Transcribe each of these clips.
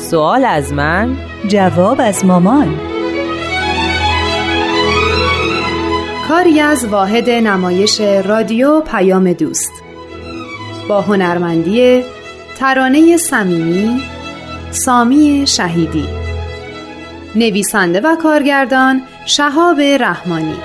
سوال از من، جواب از مامان. کاری از واحد نمایش رادیو پیام دوست با هنرمندی ترانه صمیمی، سامی شهیدی، نویسنده و کارگردان شهاب رحمانی.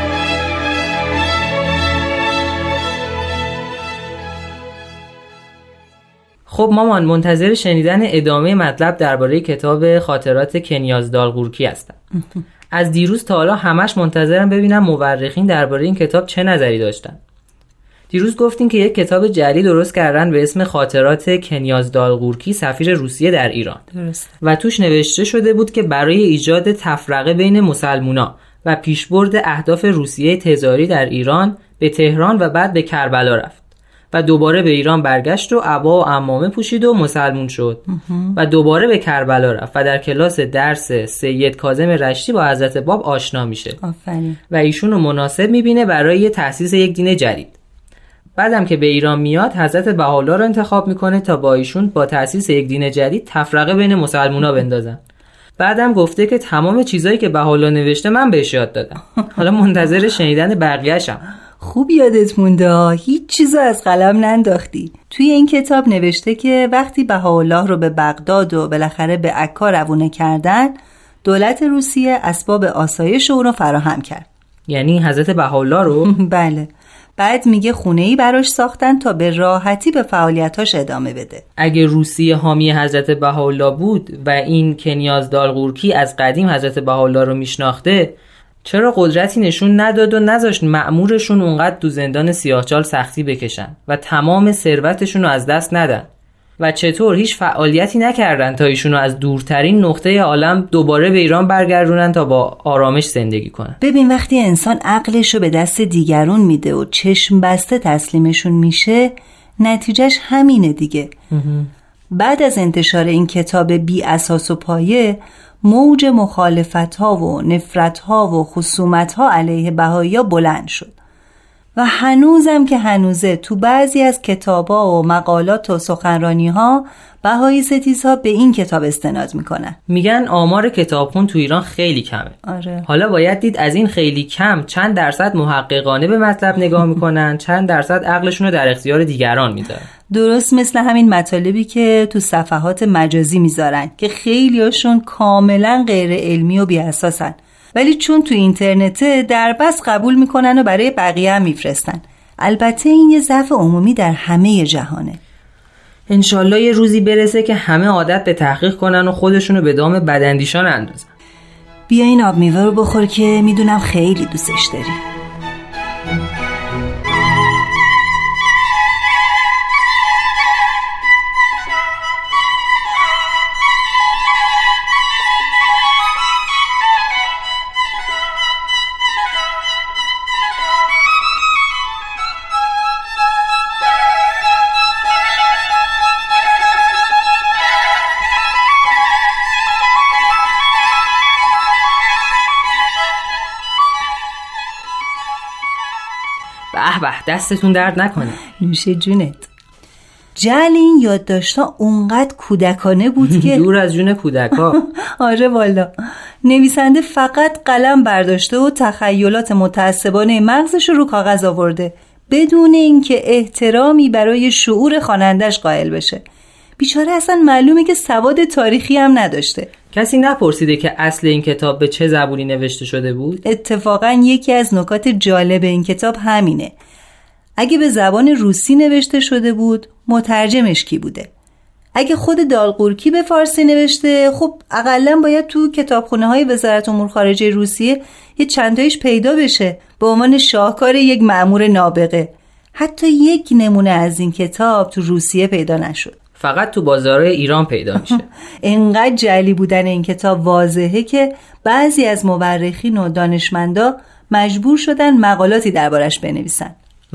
خب مامان، منتظر شنیدن ادامه مطلب درباره کتاب خاطرات کنیازدالقورکی هستم. از دیروز تا حالا همش منتظرم ببینم مورخین درباره این کتاب چه نظری داشتن. دیروز گفتین که یک کتاب جعلی درست کردن به اسم خاطرات کنیازدالقورکی، سفیر روسیه در ایران. درست. و توش نوشته شده بود که برای ایجاد تفرقه بین مسلمونا و پیشبرد اهداف روسیه تزاری در ایران به تهران و بعد به کربلا رفت و دوباره به ایران برگشت و عبا و عمامه پوشید و مسلمون شد و دوباره به کربلا رفت و در کلاس درس سید کاظم رشتی با حضرت باب آشنا میشه. آفرین. و ایشونو مناسب میبینه برای تأسیس یک دین جدید. بعدم که به ایران میاد، حضرت بهاءالله رو انتخاب میکنه تا با ایشون با تأسیس یک دین جدید تفرقه بین مسلمونا بندازن. بعدم گفته که تمام چیزایی که بهاءالله نوشته من بهش یاد دادم. حالا منتظر شنیدن بقیه‌شم. خوب یادت مونده، هیچ چیزو از قلم ننداختی. توی این کتاب نوشته که وقتی بهاءالله رو به بغداد و بالاخره به عکا روونه کردن، دولت روسیه اسباب آسایش اون رو فراهم کرد. یعنی حضرت بهاءالله رو؟ بله. بعد میگه خونه‌ای براش ساختن تا به راحتی به فعالیتاش ادامه بده. اگه روسیه حامی حضرت بهاءالله بود و این کنیازدالقورکی از قدیم حضرت بهاءالله رو میشناخته، چرا قدرتی نشون نداد و نذاشت مأمورشون اونقدر تو زندان سیاهچال سختی بکشن و تمام ثروتشون رو از دست ندن؟ و چطور هیچ فعالیتی نکردن تا ایشونو از دورترین نقطه عالم دوباره به ایران برگردونن تا با آرامش زندگی کنن؟ ببین، وقتی انسان عقلشو به دست دیگرون میده و چشم بسته تسلیمشون میشه، نتیجهش همینه دیگه. بعد از انتشار این کتاب بی اساس و پایه، موج مخالفت‌ها و نفرت‌ها و خصومت‌ها علیه بهائی‌ها بلند شد و هنوزم که هنوزه تو بعضی از کتابا و مقالات و سخنرانی‌ها بهایی ستیزها به این کتاب استناد میکنن. میگن آمار کتابخون تو ایران خیلی کمه. آره. حالا باید دید از این خیلی کم چند درصد محققانه به مطلب نگاه میکنن، چند درصد عقلشون رو در اختیار دیگران میذارن. درست مثل همین مطالبی که تو صفحات مجازی میذارن که خیلیاشون کاملا غیر علمی و بی‌اساسن، ولی چون تو اینترنته در بس قبول میکنن و برای بقیه هم میفرستن. البته این یه ضعف عمومی در همه جهانه. انشالله یه روزی برسه که همه عادت به تحقیق کنن و خودشونو به دام بداندیشان اندازن. بیا این آب میوه رو بخور که میدونم خیلی دوستش داری. به به، دستتون درد نکنه. نوش جونت. جعل این یادداشت‌ها اونقدر کودکانه بود که دور از جون کودکا. آره والا، نویسنده فقط قلم برداشته و تخیلات متعصبانه مغزش رو کاغذ آورده بدون اینکه احترامی برای شعور خواننده‌اش قائل بشه. بیچاره اصلا معلومه که سواد تاریخی هم نداشته. کسی نپرسیده که اصل این کتاب به چه زبونی نوشته شده بود؟ اتفاقا یکی از نکات جالب این کتاب همینه. اگه به زبان روسی نوشته شده بود، مترجمش کی بوده؟ اگه خود دالقورکی به فارسی نوشته، خب اقلن باید تو کتابخونه‌های وزارت امور خارجه روسیه یه چندتایش پیدا بشه به عنوان شاهکار یک مأمور نابغه. حتی یک نمونه از این کتاب تو روسیه پیدا نشد. فقط تو بازارهای ایران پیدا میشه. انقدر جعلی بودن این کتاب واضحه که بعضی از مورخین و دانشمندا مجبور شدن مقالاتی دربارش بنویسن.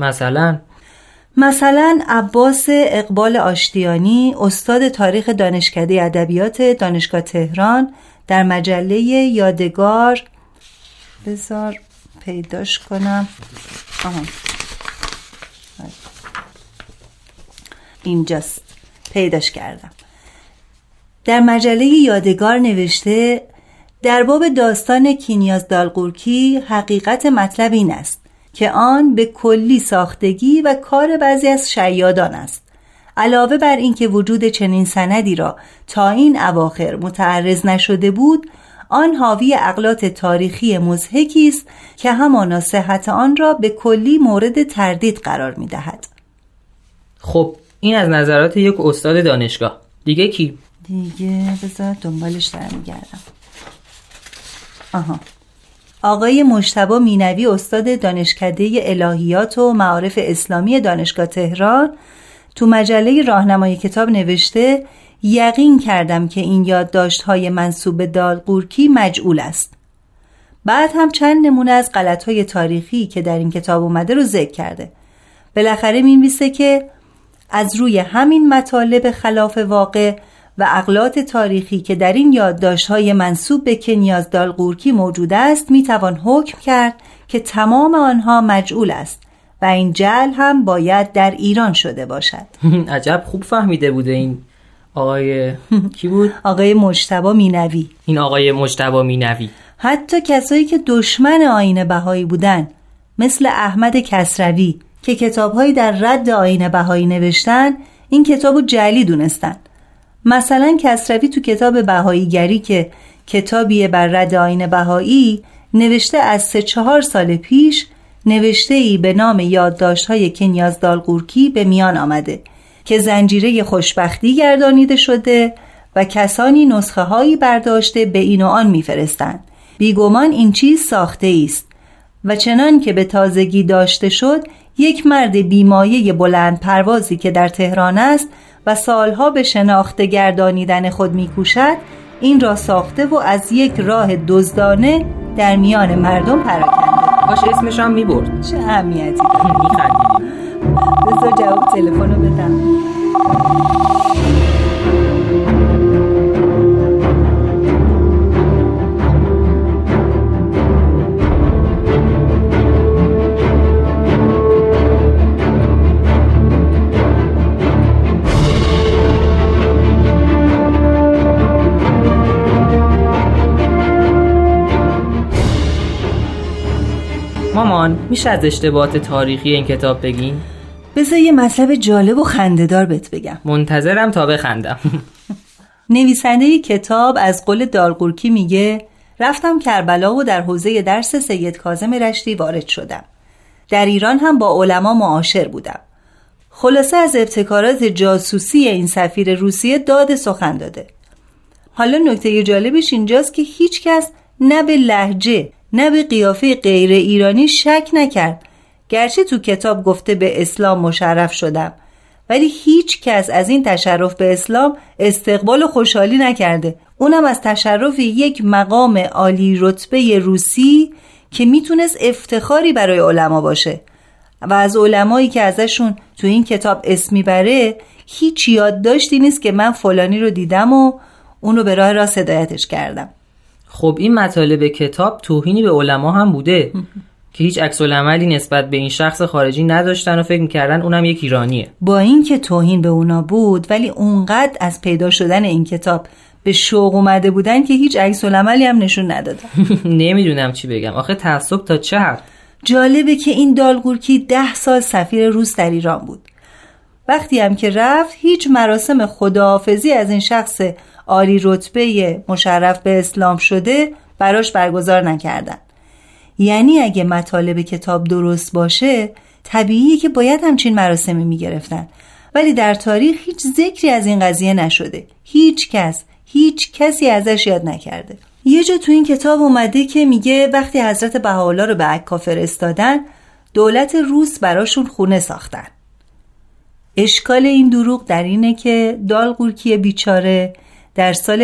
مثلا عباس اقبال آشتیانی، استاد تاریخ دانشکده ادبیات دانشگاه تهران، در مجله یادگار، بذار پیداش کنم، اینجاست، پیداش کردم، در مجله یادگار نوشته در باب داستان کینیاز دالقورکی حقیقت مطلب این است که آن به کلی ساختگی و کار بعضی از شیادان است. علاوه بر اینکه وجود چنین سندی را تا این اواخر متعرض نشده بود، آن حاوی اغلاط تاریخی مضحکی است که همانا صحت آن را به کلی مورد تردید قرار می‌دهد. خب این از نظرات یک استاد دانشگاه. دیگه کی؟ دیگه بذار دنبالش در میگردم. آقای مجتبی مینوی، استاد دانشکده الهیات و معارف اسلامی دانشگاه تهران، تو مجله راهنمای کتاب نوشته یقین کردم که این یادداشت‌های منسوب به دالقورکی مجعول است. بعد هم چند نمونه از غلط‌های تاریخی که در این کتاب اومده رو ذکر کرده. بالاخره می‌نویسه که از روی همین مطالب خلاف واقع و اغلاط تاریخی که در این یادداشت‌های منسوب به کینیاز دالقورکی موجود است میتوان حکم کرد که تمام آنها مجعول است و این جعل هم باید در ایران شده باشد. عجب خوب فهمیده بوده این آقای کی بود؟ آقای مجتبی مینوی. این آقای مجتبی مینوی حتی کسایی که دشمن آیین بهایی بودن مثل احمد کسروی که کتاب‌هایی در رد آیین بهایی نوشتن این کتابو جعلی دونستن. مثلا کسروی تو کتاب بهاییگری که کتابیه بر رد آیین بهایی نوشته از 3-4 سال پیش نوشته‌ای به نام یادداشت‌های کینیاز دالقورکی به میان آمده که زنجیره خوشبختی گردانیده شده و کسانی نسخه‌هایی برداشته به این و آن می‌فرستند. بیگمان این چیز ساخته است و چنان که به تازگی داشته شد یک مرد بیمایه بلند پروازی که در تهران است و سالها به شناخت گردانیدن خود می‌کوشد این را ساخته و از یک راه دزدانه در میان مردم پراکنده. باشه اسمش هم می‌برد. چه اهمیتی داره؟ می‌خندیدیم. بذار جواب تلفنو بدم. مامان میشه از اشتباهات تاریخی این کتاب بگین؟ بذار یه مطلب جالب و خنده‌دار بهت بگم. منتظرم تا بخندم. نویسنده کتاب از قول دالقورکی میگه رفتم کربلا و در حوزه درس سید کاظم رشتی وارد شدم. در ایران هم با علما معاشر بودم. خلاصه از ابتکارات جاسوسی این سفیر روسیه داد سخن داده. حالا نکته جالبش اینجاست که هیچ کس نه به لهجه نه به قیافه غیر ایرانی شک نکرد. گرچه تو کتاب گفته به اسلام مشرف شدم ولی هیچ کس از این تشرف به اسلام استقبال و خوشحالی نکرده، اونم از تشرف یک مقام عالی رتبه روسی که میتونست افتخاری برای علما باشه و از علمایی که ازشون تو این کتاب اسم میبره هیچ یادداشتی نیست که من فلانی رو دیدم و اونو به راه راست هدایتش کردم. خب این مطالب کتاب توهینی به علما هم بوده که هیچ عکس العملی نسبت به این شخص خارجی نداشتن و فکر می‌کردن اونم یک ایرانیه. با این که توهین به اونا بود ولی اونقدر از پیدا شدن این کتاب به شوق اومده بودن که هیچ عکس العملی هم نشون ندادن. نمیدونم چی بگم. آخه تعصب تا چه حد؟ جالبه که این دالقورکی 10 سال سفیر روس در ایران بود. وقتی هم که رفت هیچ مراسم خداحافظی از این شخص عالی رتبه مشرف به اسلام شده براش برگزار نکردن. یعنی اگه مطالب کتاب درست باشه طبیعیه که باید همچین مراسمی میگرفتن، ولی در تاریخ هیچ ذکری از این قضیه نشده. هیچ کسی ازش یاد نکرده. یه جا تو این کتاب اومده که میگه وقتی حضرت بهاءالله رو به عکا فرستادن دولت روس براشون خونه ساختن. اشکال این دروغ در اینه که دالقورکی بیچاره در سال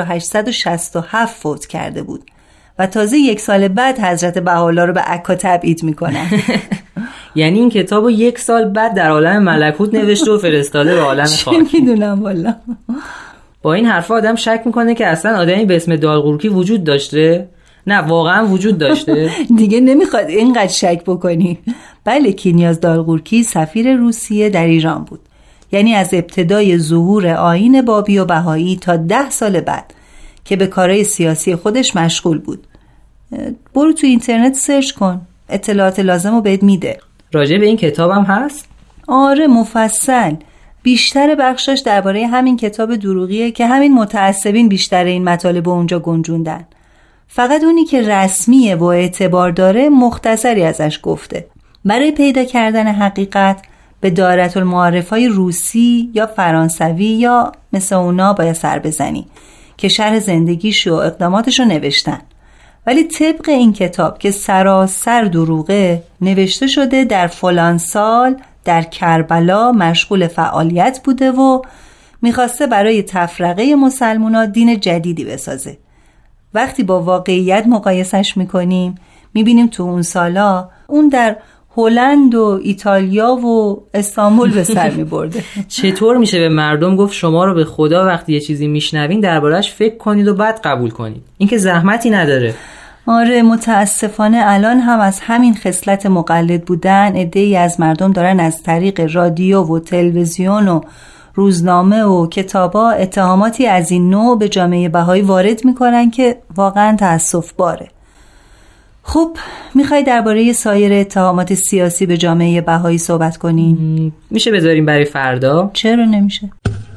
1867 فوت کرده بود و تازه 1 سال بعد حضرت بهاءالله رو به عکا تبعید میکنن. یعنی این کتابو 1 سال بعد در عالم ملکوت نوشته و فرستاده به عالم خاک. چه میدونم والا. با این حرفا آدم شک میکنه که اصلا آدمی به اسم دالقورکی وجود داشته. نه واقعا وجود داشته. دیگه نمیخواد اینقدر شک بکنی. بله کینیاز دالقورکی سفیر روسیه در ایران بود. یعنی از ابتدای ظهور آیین بابی و بهایی تا 10 سال بعد که به کارهای سیاسی خودش مشغول بود. برو تو اینترنت سرچ کن، اطلاعات لازم رو بهت میده. راجع به این کتابم هست؟ آره مفصل. بیشتر بخشش درباره همین کتاب دروغیه که همین متعصبین بیشتر این مطالب اونجا گنجوندن. فقط اونی که رسمیه و اعتبار داره مختصری ازش گفته. برای پیدا کردن حقیقت به دایره المعارف‌های روسی یا فرانسوی یا مثل اونا باید سر بزنی که شرح زندگیش و اقداماتش رو نوشتن. ولی طبق این کتاب که سراسر دروغه، نوشته شده در فلان سال در کربلا مشغول فعالیت بوده و میخواسته برای تفرقه مسلمونا دین جدیدی بسازه. وقتی با واقعیت مقایسش میکنیم میبینیم تو اون سالا اون در هلند و ایتالیا و استانبول به سر میبرده. چطور میشه به مردم گفت شما رو به خدا وقتی یه چیزی میشنوین دربارش فکر کنید و بعد قبول کنید؟ این که زحمتی نداره. آره متاسفانه الان هم از همین خصلت مقلد بودن عده‌ای از مردم دارن از طریق رادیو و تلویزیون و روزنامه و کتابا اتهاماتی از این نوع به جامعه بهایی وارد میکنن که واقعا تأسف باره. خب میخوای درباره سایر اتهامات سیاسی به جامعه بهایی صحبت کنیم؟ میشه بذاریم برای فردا؟ چرا نمیشه؟